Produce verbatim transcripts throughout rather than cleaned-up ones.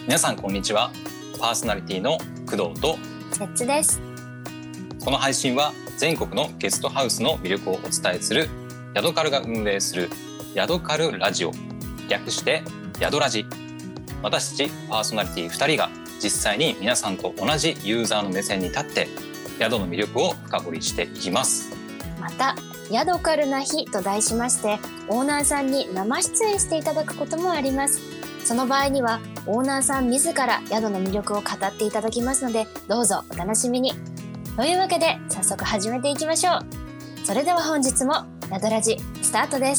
皆さんこんにちは。パーソナリティの工藤とせっつです。 この配信は全国のゲストハウスの魅力をお伝えするヤドカルが運営するヤドカルラジオ、略してヤドラジ。私たちパーソナリティふたりが実際に皆さんと同じユーザーの目線に立って宿の魅力を深掘りしていきます。 またヤドカルな日と題しましてオーナーさんに生出演していただくこともあります。その場合にはオーナーさん自ら宿の魅力を語っていただきますので、どうぞお楽しみに。というわけで早速始めていきましょう。それでは本日もヤドラジスタートです。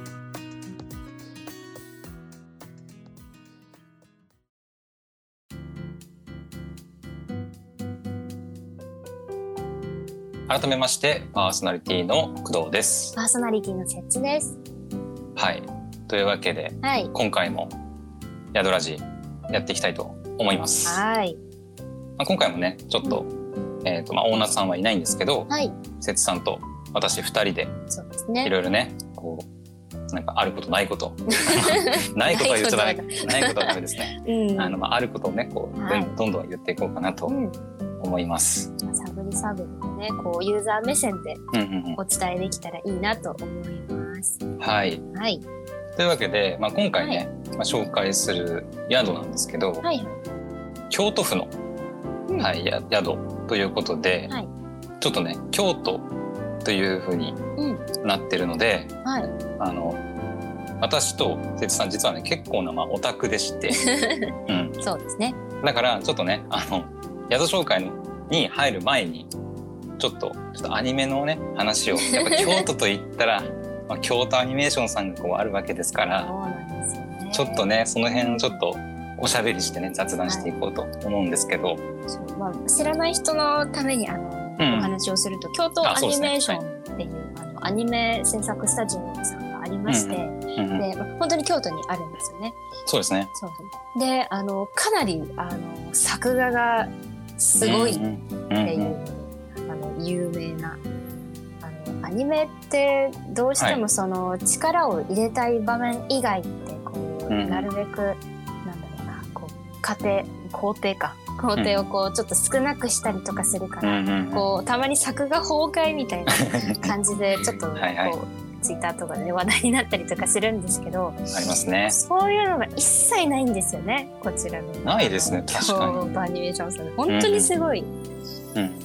改めましてパーソナリティの工藤です。 パーソナリティのせっつです。 はい、というわけで、はい、今回もヤドラジやっていきたいと思います。 はい、 まあ、今回もねちょっと、うんえーとまあ、オーナーさんはいないんですけど、はい、せつさんと私ふたりでいろいろねこうなんかあることないことないことは言っちゃダメないことはダメですね、うん、あのまあ、あることをねこう、はい、どんどん言っていこうかなと思います、 うん、探り探りでねこうユーザー目線でお伝えできたらいいなと思います、 うんうんうん、はい、 はい、 というわけで、まあ、今回ね、はいまあ、紹介する宿なんですけど、はい、京都府の、うんはい、や宿ということで、はい、ちょっとね京都という風になってるので、うんはい、あの私とせつさん実はね結構なまあオタクでして、 うん、そうですね。 だからちょっとねあの宿紹介に入る前にちょっとちょっとアニメのね話をやっぱ京都と言ったらまあ、京都アニメーションさんがこうあるわけですからそうなんですよ、ね、 ちょっとねその辺ちょっとおしゃべりしてね雑談していこうと思うんですけど、はいそうまあ、知らない人のためにあの、うん、お話をすると京都アニメーションっていう、ねはい、あのアニメ制作スタジオさんがありまして、うんうんうん、で本当に京都にあるんですよね。 そうですね。 そうであのかなりあの作画がすごいっていう、うんうんうん、あの有名なアニメってどうしてもその力を入れたい場面以外ってこう、はい、なるべく、うん、なんだろうなこう過程工程か工程をこうちょっと少なくしたりとかするから、うん、こうたまに作画崩壊みたいな感じでちょっとこうはい、はい、ツイッターとかで話題になったりとかするんですけど、 ありますね。 そういうのが一切ないんですよねこちらの。 ないですね確かに。 京都アニメーションさん本当にすごい。うんうん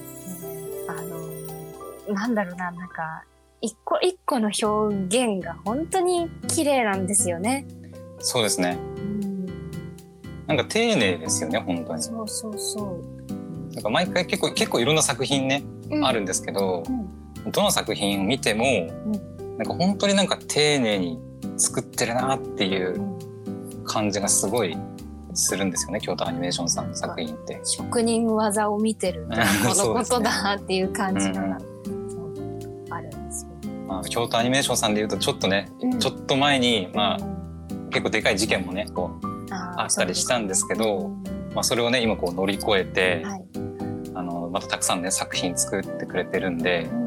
なんだろうな、なんか一個一個の表現が本当に綺麗なんですよね。 そうですね。うん、なんか丁寧ですよね本当に。 そうそうそう。 なんか毎回結構結構いろんな作品ね、うん、あるんですけど、うん、どの作品を見ても、うん、なんか本当になんか丁寧に作ってるなっていう感じがすごいするんですよね京都アニメーションさんの作品って。 職人技を見てるこのことだっていう感じが。 まあ、京都アニメーションさんでいうとちょっとね、うん、ちょっと前に、まあ、結構でかい事件もねこう あ, あったりしたんですけど、まあ、それをね今こう乗り越えて、はい、あのまたたくさんね作品作ってくれてるんで、うん、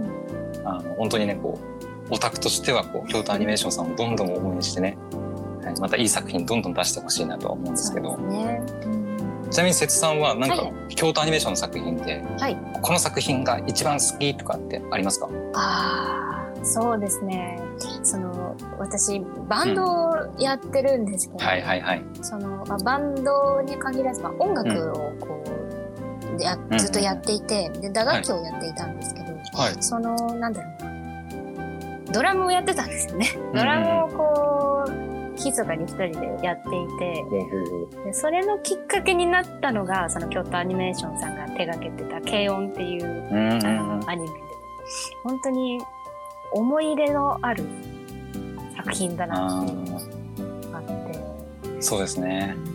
あの本当にねこうオタクとしてはこう京都アニメーションさんをどんどん応援してね、はい、またいい作品どんどん出してほしいなとは思うんですけど。そうですね。ちなみにせつさんはなんか、はい、京都アニメーションの作品で、はい、この作品が一番好きとかってありますか？ あそうですね。その私バンドをやってるんですけど、うんはいはいはい、そのまあ、バンドに限らず、まあ、音楽をこう、うん、やずっとやっていて、で打楽器をやっていたんですけど、はい、そのなんだろうなドラムをやってたんですよね。ドラムをこう密かに一人でやっていて、うん、でそれのきっかけになったのがその京都アニメーションさんが手掛けてた軽音っていう、うん、あのアニメで本当に思い入れのある作品だなってあってそうですね、 うん、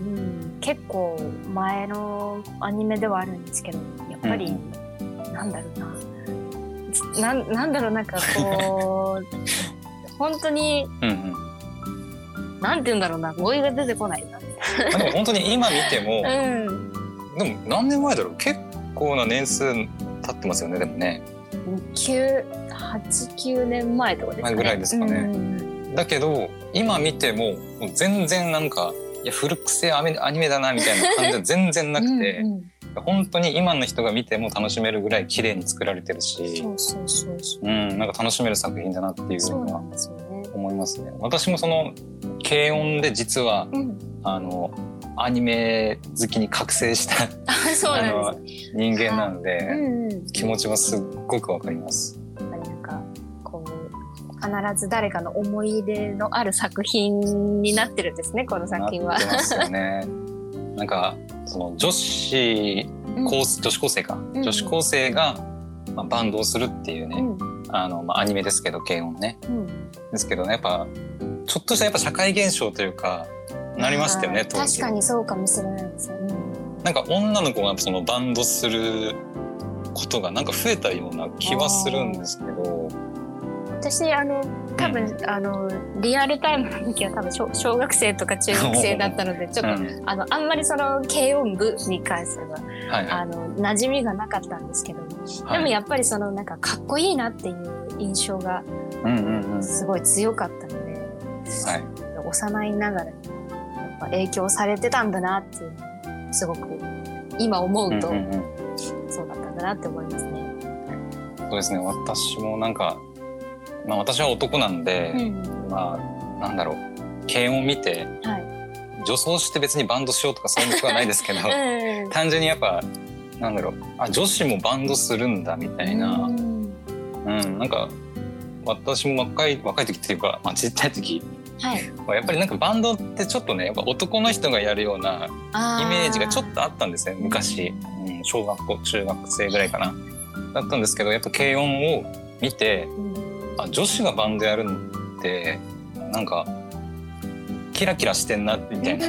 結構前のアニメではあるんですけどやっぱり、うん、なんだろうな な, なんだろうなんかこう本当に、うんうん、なんて言うんだろうな語彙が出てこないなでも本当に今見ても、うん、でも何年前だろう結構な年数経ってますよねでもねはちきゅうねんまえとかですかね前ぐらいですかね、うん、だけど今見ても全然なんかいや古くせえアニメだなみたいな感じは全然なくてうん、うん、本当に今の人が見ても楽しめるぐらい綺麗に作られてるし、そうそうそうそう、うん、なんか楽しめる作品だなっていうのは思いますね。私もその軽音で実は、うん、あのアニメ好きに覚醒したそうなんです、 人間なので、うんうん、気持ちはすっごくわかります。 なんかこう必ず誰かの思い出のある作品になってるんですね、この作品は。 なってますよね。なんかその女子高、うん、女子高生か、うん、女子高生が、まあ、バンドをするっていうね、うん、あのまあ、アニメですけど軽音ね、うん、ですけどね、やっぱちょっとしたやっぱ社会現象というかなりましたよね当時。 確かにそうかもしれないですよね。 なんか女の子がそのバンドすることがなんか増えたような気はするんですけど、 私あの多分、うん、あのリアルタイムの時は多分 小, 小学生とか中学生だったのでちょっと、うん、あのあんまりその軽音部に関しては、はいはい、あの馴染みがなかったんですけど、はい、でもやっぱりそのなんかかっこいいなっていう印象がすごい強かったので、うんうんうん、はい、幼いながらにやっぱ影響されてたんだなっていうのをすごく今思うと、うんうんうん、そうだったんだなって思いますね。 そうですね、私もなんかまあ、私は男なんで、うん、まあなんだろう、軽音見て、はい、女装して別にバンドしようとかそういう気はないですけど、うん、単純にやっぱなんだろう、あ、女子もバンドするんだみたいな、うん、うん、なんか私も若い若い時っていうか、まあ、ちっちゃい時、はい、やっぱりなんかバンドってちょっとね、やっぱ男の人がやるようなイメージがちょっとあったんですね昔、うん、小学校中学生ぐらいかなだったんですけど、やっぱ軽音を見て、うん、あ、女子がバンドやるのってなんかキラキラしてんなみたいな、うん、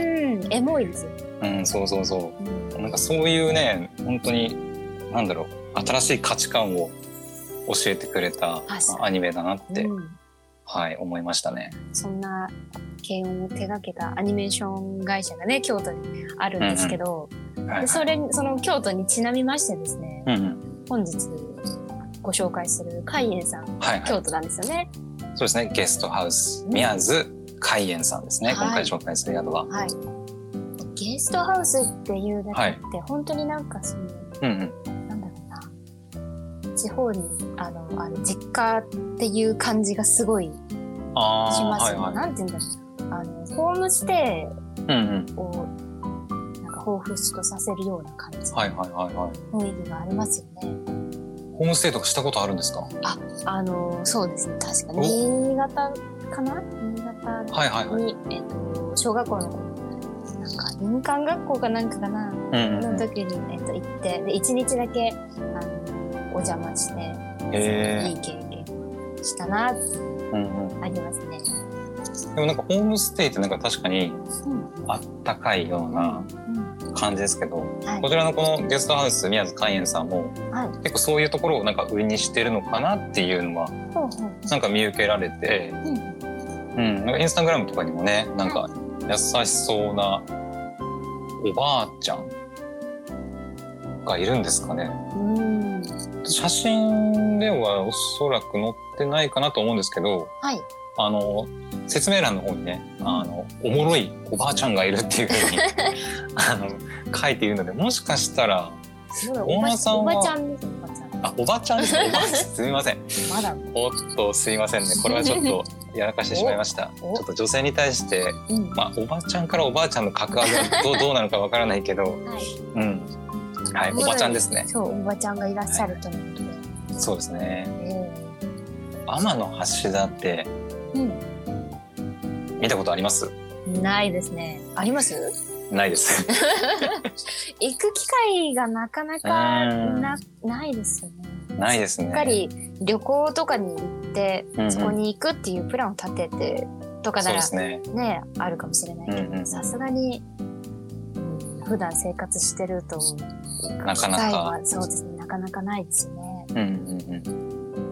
エモいですよ、 うん、そうそうそう、うん、なんかそういうね、本当になんだろう、新しい価値観を教えてくれたアニメだなって、うん、はい、思いましたね。 そんな軽音を手掛けたアニメーション会社がね京都にあるんですけど、うんうん、はいはい、でそれその京都にちなみましてですね、うんうん、本日ご紹介する海燕さん、はいはい、京都なんですよね。 そうですね、ゲストハウス宮津海燕さんですね、はい、今回紹介する宿は、はい、 ゲストハウスっていうだけって本当になんかその、うんうん、なんだろうな、地方にあのある実家っていう感じがすごいしますよね、はいはい、なんていうんだろう、あのホームステイをなんか彷彿とさせるような感じの雰囲気がありますよね。 ホームステイとかしたことあるんですか？ あ、あのそうですね、確かに新潟かな、新潟に、はいはいはい、えっと、小学校の頃なんか林間学校かなんかかな、うんうんうん、の時に、えっと、行ってでいちにちだけあのお邪魔して、いい経験をしたなって、うんうん、ありますね。 でもなんかホームステイってなんか確かにあったかいような感じですけど、うんはい、こちらのこのゲストハウス宮津海燕さんも、はい、結構そういうところをなんか売りにしてるのかなっていうのは、うん、なんか見受けられて、うんうん、なんかインスタグラムとかにもね、なんか優しそうなおばあちゃんがいるんですかね、うん、写真ではおそらく載ってないかなと思うんですけど、はい、あの説明欄の方にね、あのおもろいおばあちゃんがいるっていう風にあの書いているので、もしかしたらオーナーさんはおばちゃんです。 あ、おばちゃんですね。おばすみません。まだおっとすいませんね。これはちょっとやらかしてしまいました。ちょっと女性に対して、うん、まあおばちゃんからおばあちゃんの格上げはどうどうなのかわからないけど、はい、うん、はい、おばちゃんですね。 そう、おばちゃんがいらっしゃるということで。 はい、そうですね。えー、天橋立って、うん、見たことあります？ ないですね。あります？ ないです行く機会がなかなか な, ないですよね。 ないですね。 しっかり旅行とかに行って、うんうん、そこに行くっていうプランを立ててとかなら ね, ねあるかもしれないけど、さすがに、うん、普段生活してるとなかなかそうですね、なかなかないですよね。うんうんうん、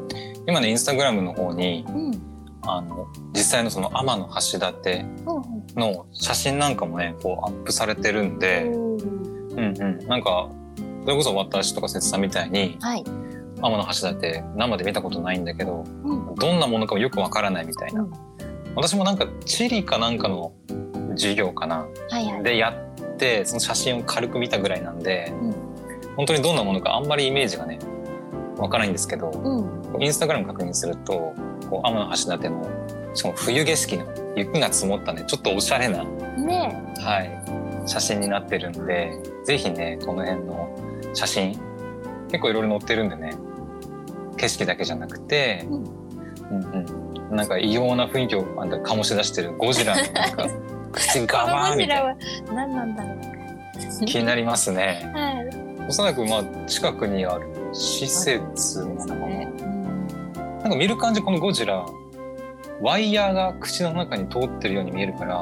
今ねインスタグラムの方に、うん、あの実際のその天橋立の写真なんかもねこうアップされてるんで、うんうんうん、なんかそれこそ私とか節さんみたいに、はい、天橋立生で見たことないんだけど、うん、どんなものかもよくわからないみたいな、うん、私もなんかチリかなんかの授業かな、 はいはい、 でやってその写真を軽く見たぐらいなんで、うん、本当にどんなものかあんまりイメージがねわからないんですけど、うん、インスタグラム確認するとこう天橋立のしかも冬景色の雪が積もったねちょっとおしゃれな、 ねはい、写真になってるんでぜひねこの辺の写真結構いろいろ載ってるんでね景色だけじゃなくて、うんうんうん、なんか異様な雰囲気を醸し出してるゴジラのなんか口ガバーみたいなゴジラは何なんだろう気になりますね、 はい、 おそらくまあ近くにある施設なのかな、ねうん、なんか見る感じこのゴジラワイヤーが口の中に通ってるように見えるから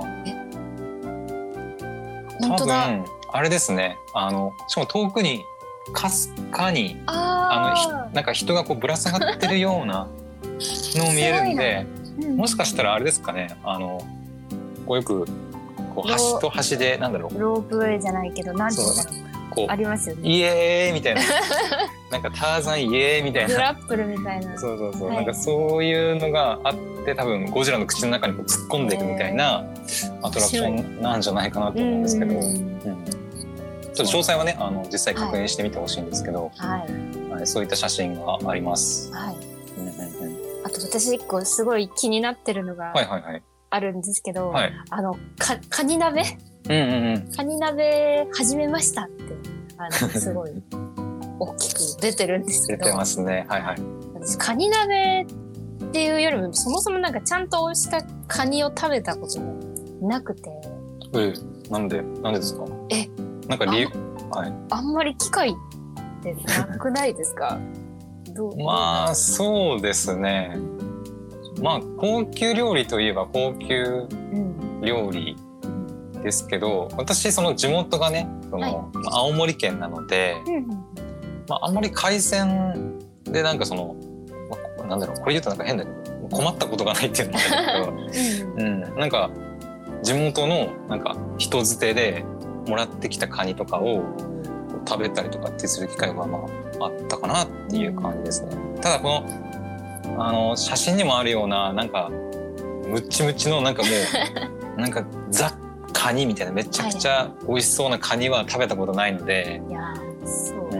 本当だ多分あれですねあのしかも遠くにかすかにあのなんか人がこうぶら下がってるようなのも見えるんで、うん、もしかしたらあれですかねあのこうよくこう端と端でなんだろうロープウェイじゃないけどなんていうんだろうこうありますよねイエーイみたいななんかターザンイエーイみたいなグラップルみたいなそうそうそう、はい、なんかそういうのがあって多分ゴジラの口の中にこう突っ込んでいくみたいなアトラクションなんじゃないかなと思うんですけど、うんうん、ちょっと詳細はねあの実際確認してみてほしいんですけど、はいはい、そういった写真があります、はいうんうんうん、 あと私一個すごい気になってるのがあるんですけど、はいはいはい、あのかカニ鍋うんうんうん、カニ鍋始めましたってあのすごい大きく出てるんですけど出てますねはいはい私カニ鍋っていうよりもそもそもなんかちゃんと美味しかカニを食べたこともなくてえなんでなんでですかえなんか理由あ,、はい、 あんまり機会ってなくないですかどうまあそうですねまあ高級料理といえば高級料理、うんですけど私その地元がねその、はい、青森県なので、うんまあ、あんまり海鮮でなんかその、まあ、なんだろうこれ言うとなんか変だけど困ったことがないっていうのもあるけど、うん、なんか地元のなんか人づてでもらってきたカニとかを食べたりとかってする機会がまああったかなっていう感じですね。ただこのあの写真にもあるようななんかムッチムチのなんかもうなんかザッカニみたいなめちゃくちゃ美味しそうなカニは食べたことないので、 いやそう、うん、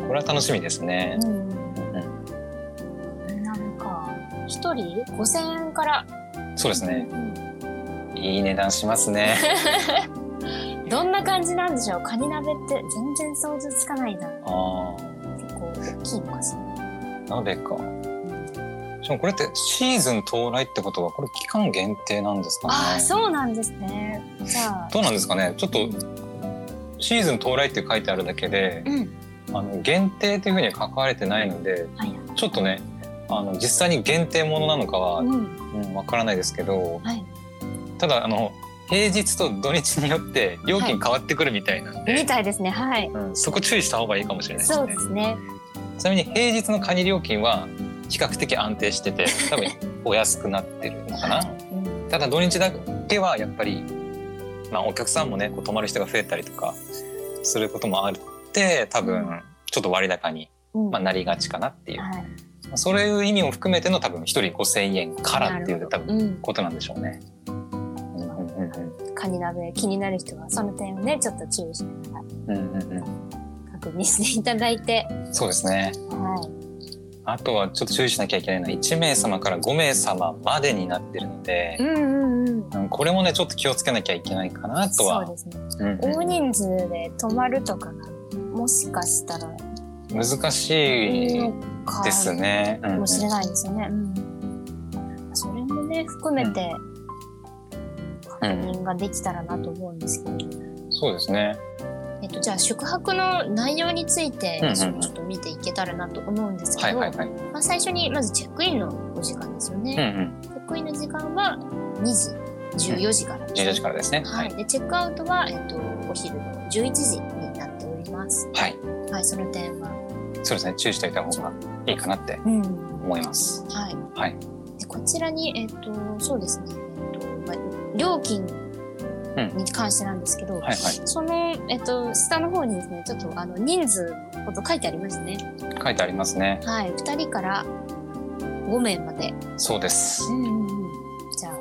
これは楽しみですね。うんうん、なんか一人ごせんえんからそうですね、うん、いい値段しますねどんな感じなんでしょうカニ鍋って全然想像つかないなあ結構大きいのかしら鍋かしかもこれってシーズン到来ってことはこれ期間限定なんですかね。 ああそうなんですね。じゃあどうなんですかね。ちょっとシーズン到来って書いてあるだけで、うん、あの限定というふうには書かれてないので、はい、ちょっとねあの実際に限定ものなのかは、うんうん、分からないですけど、はい、ただあの平日と土日によって料金変わってくるみたいなんで、 はい、みたいですね。はい、 うん、そこ注意した方がいいかもしれないですね。 そうですね。 ちなみに平日のカニ料金は比較的安定してて多分お安くなってるのかな、はいうん、ただ土日だけはやっぱり、まあ、お客さんもねこう泊まる人が増えたりとかすることもあって多分ちょっと割高に、うんまあ、なりがちかなっていう、はいまあ、そういう意味も含めての多分ひとりごせんえんからっていう多分ことなんでしょうね、うんうんうんうん、 カニ鍋気になる人はその点をねちょっと注意しながら、うんうんうん、確認していただいてそうですね、はいあとはちょっと注意しなきゃいけないのはいちめいさまからごめいさままでになってるので、うんうんうん、これもねちょっと気をつけなきゃいけないかなとは。 そうですね、うんうん、大人数で泊まるとかもしかしたら難しいですね。 かもしれないですよね、うんうん、それもね含めて確認ができたらなと思うんですけど、うんうん、そうですね。 えっと、じゃあ宿泊の内容についてちょっと見ていけたらなと思うんですけど、まあ、最初にまずチェックインのお時間ですよね、うんうん、チェックインの時間はにじじゅうよじからです、ね、 じゅうよじからですね、 はい、でチェックアウトは、えっと、お昼のじゅういちじになっております。はい、はい、その点はそうですね注意しておいた方がいいかなって思います、うん、はい、はい、 でこちらに、えっと、そうですね、えっとまあ、料金に関してなんですけど、うんはいはい、その、えっと、下の方にですねちょっとあの人数のこと書いてありますね。 書いてありますね。 はい、ふたりからごめいまで。 そうです、うんうんうん、 じゃあ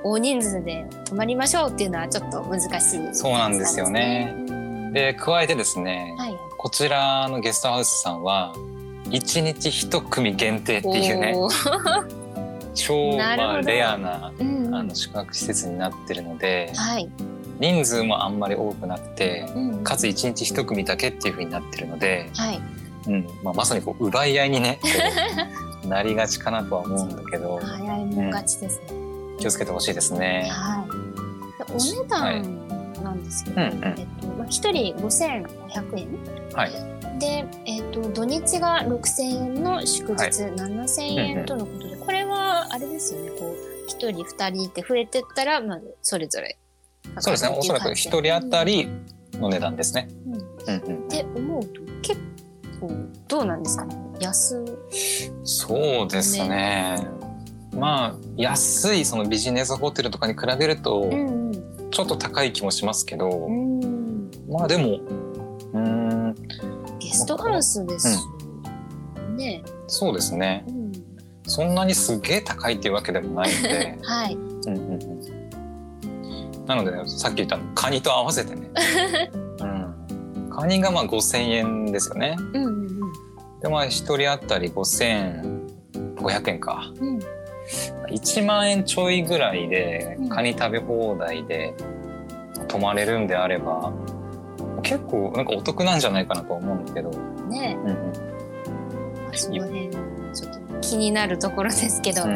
大人数で泊まりましょうっていうのはちょっと難しいですね。 そうなんですよね。で加えてですね、はい、こちらのゲストハウスさんはいちにちいち組限定っていうね超まあレアな、うんうん、あの宿泊施設になってるので、はい、人数もあんまり多くなくて、うん、かついちにちいち組だけっていう風になってるので、はいうんまあ、まさにこう奪い合いにねなりがちかなとは思うんだけど早いもん勝ちですね、 うん、気をつけてほしいですね。 はい、お値段なんですけど、はいうんうんえっとまあ、ひとりごせんごひゃくえん、はいでえっと、土日がろくせんえんの祝日、はい、ななせんえんとのことで、うんうん、これはあれですよねこうひとりふたりって増えてったら、まあ、それぞれそうですねおそらくひとり当たりの値段ですね。うんうんうん、って思うと結構どうなんですかね安そうですね、ねまあ安いそのビジネスホテルとかに比べるとちょっと高い気もしますけど、うんうん、まあでもうーんゲストハウスです、うん、ねそうですね、うん、そんなにすげえ高いっていうわけでもないので、はいうんうんうん、なので、ね、さっき言ったカニと合わせてね、うん、カニがまあごせんえんですよね、うんうんうん、でまあひとり当たりごせんごひゃくえんか、うん、いちまんえんちょいぐらいでカニ食べ放題で泊まれるんであれば結構なんかお得なんじゃないかなと思うんだけどねえ、うんうん、 その辺ちょっと気になるところですけど、うんうん、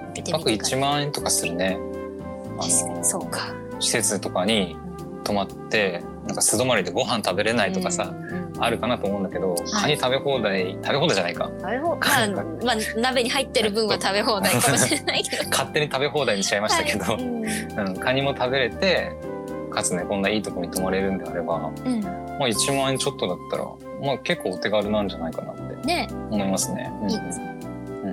いっぱくいちまんえんとかするねあのそうか施設とかに泊まってなんか素泊まりでご飯食べれないとかさ、うんうん、あるかなと思うんだけど、はい、カニ食べ放題食べ放題じゃないか食べ放題、まあまあ、鍋に入ってる分は食べ放題かもしれないけど勝手に食べ放題にしちゃいましたけど、はいうんうん、カニも食べれてかつねこんないいとこに泊まれるんであれば、うんまあ、いちまんえんちょっとだったら、まあ、結構お手軽なんじゃないかなって思いますね。 いいですね、うん、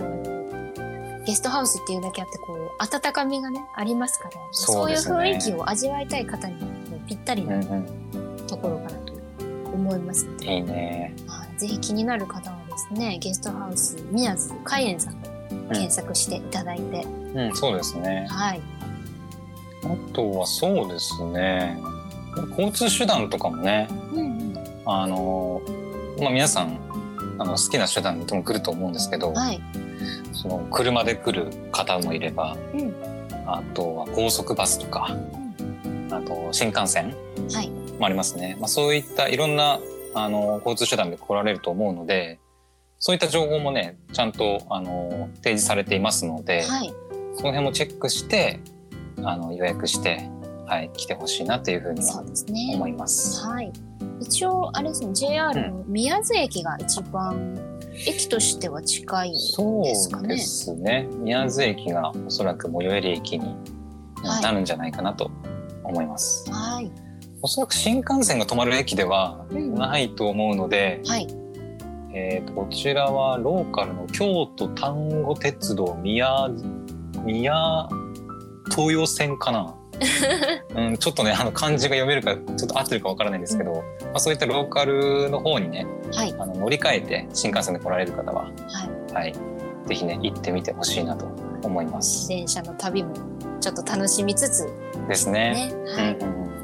ゲストハウスっていうだけあってこう温かみがねありますからそうですね、そういう雰囲気を味わいたい方にぴったりなところかなと思いますので、 いいね、 はい、ぜひ気になる方はですねゲストハウス宮津海縁さん検索していただいて、 うんうん、そうですね、はい、あとはそうですね交通手段とかもね、うんうん、あの、まあ、皆さんあの好きな手段でも来ると思うんですけど、はい、その車で来る方もいれば、うん、あとは高速バスとか、うん、あと新幹線もありますね、はいまあ、そういったいろんなあの交通手段で来られると思うのでそういった情報もねちゃんとあの提示されていますので、はい、その辺もチェックしてあの予約してはい、来てほしいなというふうには思います。 そうですね。はい。一応あれですね、ジェイアール の宮津駅が一番駅としては近いですかね。 そうですね。宮津駅がおそらく最寄り駅になるんじゃないかなと思います。はい。おそらく新幹線が止まる駅ではないと思うので、うんはい、えーと、こちらはローカルの京都丹後鉄道宮宮東洋線かな。うん、ちょっとねあの漢字が読めるかちょっと合ってるかわからないんですけど、うんまあ、そういったローカルの方にね、はい、あの乗り換えて新幹線で来られる方は、はいはい、ぜひね行ってみてほしいなと思います。 電車の旅もちょっと楽しみつつですね。ねはいうんうん、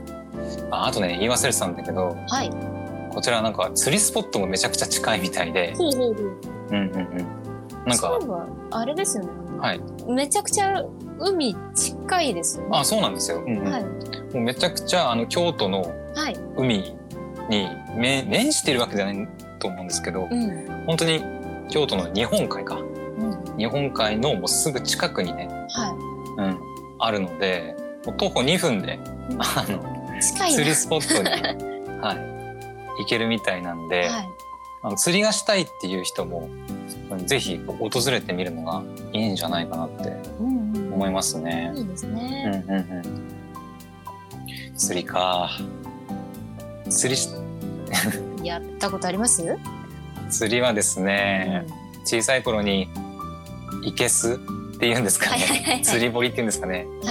あ, あとね言い忘れてたんだけど、はい、こちらなんか釣りスポットもめちゃくちゃ近いみたいで、ほうほうほううんうんうん、なんかそうはあれですよね、はい、めちゃくちゃ海近いですよね。 あ、そうなんですよ。うんうんはい、もうめちゃくちゃあの京都の海に面しているわけじゃないと思うんですけど、うん、本当に京都の日本海か、うん、日本海のもうすぐ近くにね、はいうん、あるので、もう徒歩にふんで、うん、あの釣りスポットに、はい、行けるみたいなんで、はい、あの釣りがしたいっていう人もぜひ訪れてみるのがいいんじゃないかなって思いますね。 いいですね。うんうんうん、 釣りか。釣りしやったことあります？ 釣りはですね、うん、小さい頃にいけすっていうんですかね、はいはいはいはい、釣り堀っていうんですかね、はい、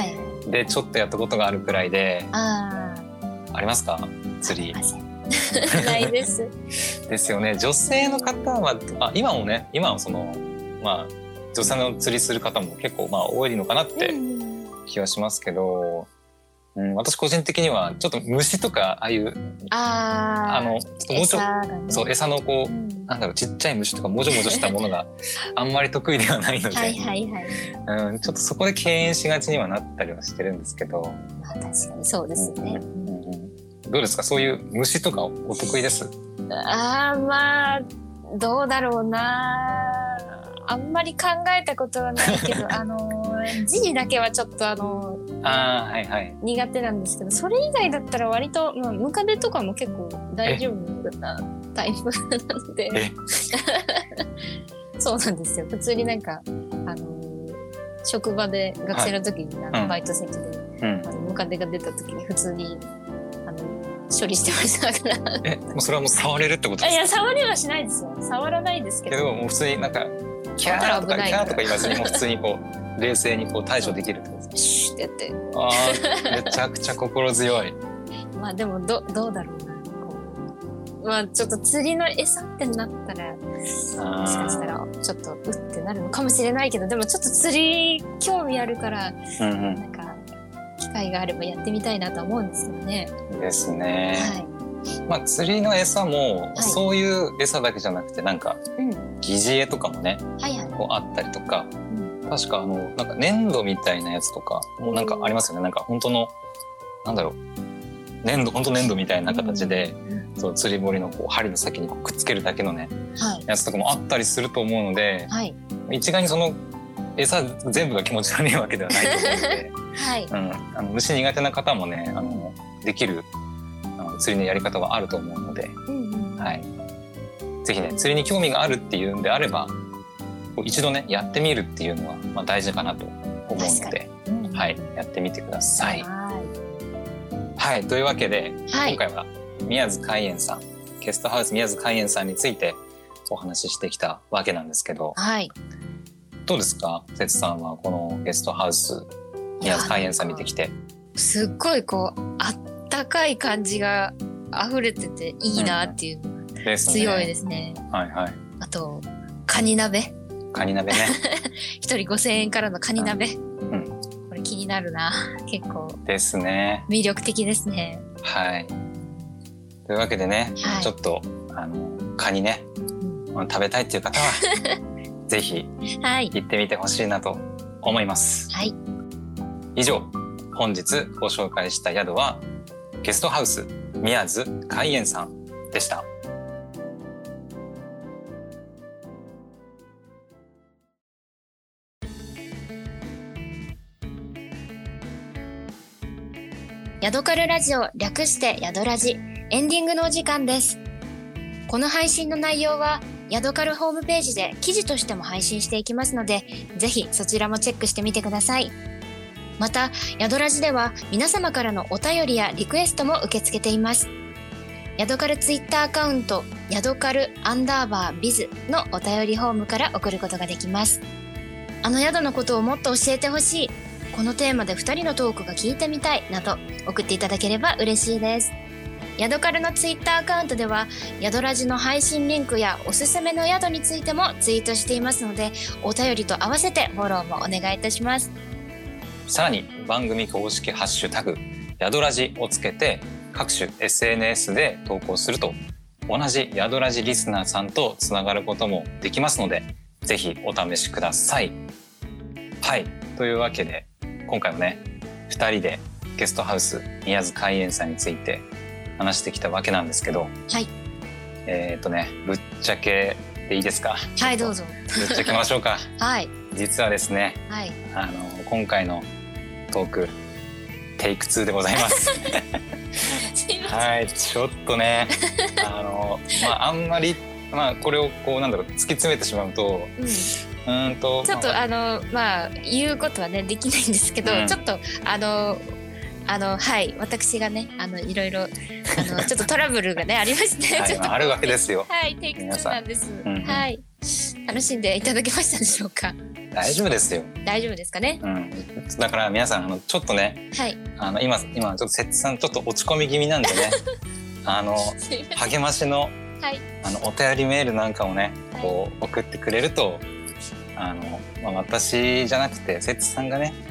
でちょっとやったことがあるくらいで、あ, ありますか釣り？ ないですですよね。女性の方はあ今もね今はそのまあ女性の釣りする方も結構まあ多いのかなって気はしますけど、うん、私個人的にはちょっと虫とかああいうああのもうちょ餌がね、 そう餌のこう、うん、なんだろうちっちゃい虫とかもじょもじょしたものがあんまり得意ではないのではいはい、はい、うん、ちょっとそこで敬遠しがちにはなったりはしてるんですけど、 まあ、確かにそうですね、うんうんうん、どうですかそういう虫とかお得意です？ あーまあどうだろうな、あんまり考えたことはないけどあのジジだけはちょっとあのあ、はいはい、 苦手なんですけど、それ以外だったら割と、まあ、ムカデとかも結構大丈夫なタイプなのでそうなんですよ。普通になんかあの職場で学生の時に、はい、バイト先で、うん、あのムカデが出た時に普通にあの処理してましたからえ、もうそれはもう触れるってことですか？ いや触れはしないですよ。触らないですけど。 けどもう普通になんかキャーとかキャーとか言わずにもう普通にこう冷静にこう対処できるってことですか？ シュッってやって。 ああ、めちゃくちゃ心強い。 まあでもどどうだろうな。こうまあちょっと釣りの餌ってなったらもしかしたらちょっとうってなるのかもしれないけど、でもちょっと釣り興味あるから、うんうん、なんか機会があればやってみたいなと思うんですけどね。 ですね。はい。まあ、釣りの餌もそういう餌だけじゃなくて、なんか疑似餌とかもね、はいはい、こうあったりとか、うん、確かあのなんか粘土みたいなやつとかもなんかありますよね。なんか本当のなんだろう粘土本当粘土みたいな形で、うん、そう釣り堀のこう針の先にこうくっつけるだけのね、はい、やつとかもあったりすると思うので、はい、一概にその餌全部が気持ち悪いわけではないと思うので、はい、うん、あの虫苦手な方もねあのできる釣りのやり方はあると思うので、うんうん、はい、ぜひね釣りに興味があるっていうんであれば一度ねやってみるっていうのは、まあ、大事かなと思うので、うん、はい、やってみてください。はい、はい、というわけで、はい、今回は宮津海園さんゲストハウス宮津海園さんについてお話ししてきたわけなんですけど、はい、どうですかせつさんはこのゲストハウス宮津海園さん見てきて。 すっごいこうあ高い感じが溢れてていいなっていう、うん、ですね、強いですね。はいはい。あとカニ鍋。 カニ鍋ね。 一人ごせんえんからのカニ鍋。うん。これ気になるな。結構。 ですね。 魅力的ですね。 はい。というわけでね、はい、ちょっとあのカニね、うん、食べたいっていう方はぜひ行ってみてほしいなと思います。はい。以上本日ご紹介した宿は。ゲストハウス宮津海園さんでした。 ヤドカルラジオ略してヤドラジ、エンディングのお時間です。この配信の内容はヤドカルホームページで記事としても配信していきますので、ぜひそちらもチェックしてみてください。また、ヤドラジでは皆様からのお便りやリクエストも受け付けています。ヤドカルツイッターアカウント、ヤドカルアンダーバービズのお便りフォームから送ることができます。あの宿のことをもっと教えてほしい、このテーマでふたりのトークが聞いてみたいなど送っていただければ嬉しいです。ヤドカルのツイッターアカウントでは、ヤドラジの配信リンクやおすすめの宿についてもツイートしていますので、お便りと合わせてフォローもお願いいたします。 さらに番組公式ハッシュタグヤドラジをつけて各種 エスエヌエス で投稿すると同じヤドラジリスナーさんとつながることもできますので、ぜひお試しください。はい、というわけで今回もねふたりでゲストハウス宮津海園さんについて話してきたわけなんですけど、はい、えっとねぶっちゃけでいいですか？ はい、どうぞ。 ぶっちゃけましょうか。 はい。 実はですね、はい、あの今回のトークテイクツーでございます。はい、ちょっとね、あのまああんまりまあこれをこうなんだろう突き詰めてしまうと、うん、うんとちょっと、まあ、あのまあ言うことはねできないんですけど、うん、ちょっとあのあのはい私がねあのいろいろあのちょっとトラブルがねありまして、 はい、あるわけですよ。 はい、テイクツーなんです。うんうん、はい。楽しんでいただけましたでしょうか？ 大丈夫ですよ。 大丈夫ですかね。うん。 だから皆さんあのちょっとね、はい、あの今今ちょっとせつさんちょっと落ち込み気味なんでね、あの励ましの、はい、あのお便りメールなんかをねこう送ってくれると、あのまあ、私じゃなくてせつさんがね、はい、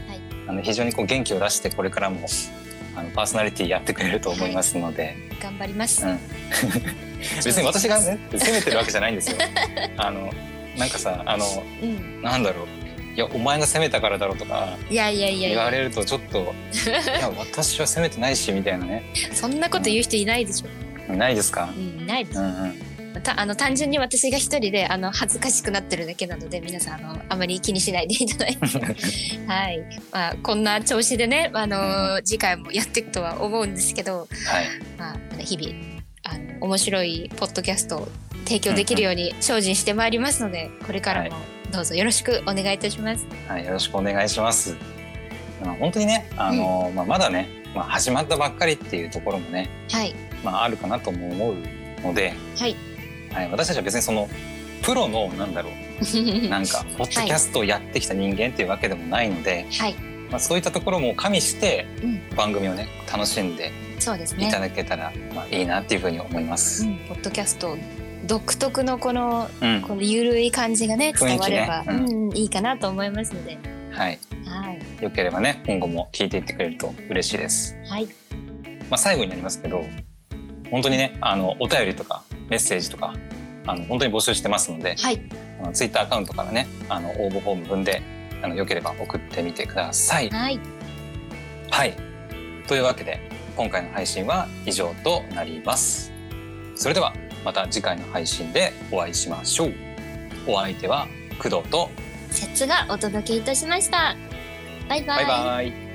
あの非常にこう元気を出してこれからもあのパーソナリティやってくれると思いますので、はい、 頑張ります、 うん、別に私がね責めてるわけじゃないんですよあのなんかさあの、うん、なんだろういやお前が責めたからだろうとかいやいやいや言われるとちょっといや私は責めてないしみたいなねそんなこと言う人いないでしょ、 うん、ないですか、 うん、いないです、うんうん、たあの単純に私が一人であの恥ずかしくなってるだけなので皆さんあのあまり気にしないでいただいてはい、まあ、こんな調子でねあの、うん、次回もやっていくとは思うんですけど、はいまあ、日々あの面白いポッドキャストを提供できるように精進してまいりますので、うんうん、これからもどうぞよろしくお願いいたします。 はい、よろしくお願いします。まあ、本当にね、あの、うんまあ、まだね、まあ、始まったばっかりっていうところもね、はいまあ、あるかなとも思うので、はいはい、私たちは別にそのプロのなんだろうなんかポッドキャストをやってきた人間っていうわけでもないので、はいまあ、そういったところも加味して番組をね楽しんでいただけたら、まあ、いいなっていうふうに思います。 うん、ポッドキャスト独特のこの、うん、このゆるい感じがね伝われば、ねうんうん、いいかなと思いますので、 はい、はい、よければね今後も聞いていってくれると嬉しいです。はい、まあ、最後になりますけど本当にねあのお便りとかメッセージとかあの本当に募集してますので、はい、あのツイッターアカウントからねあの応募フォーム踏んであのよければ送ってみてください。はい、はい、というわけで今回の配信は以上となります。それではまた次回の配信でお会いしましょう。お相手は工藤と節がお届けいたしました。バイバイ。 バイバイ。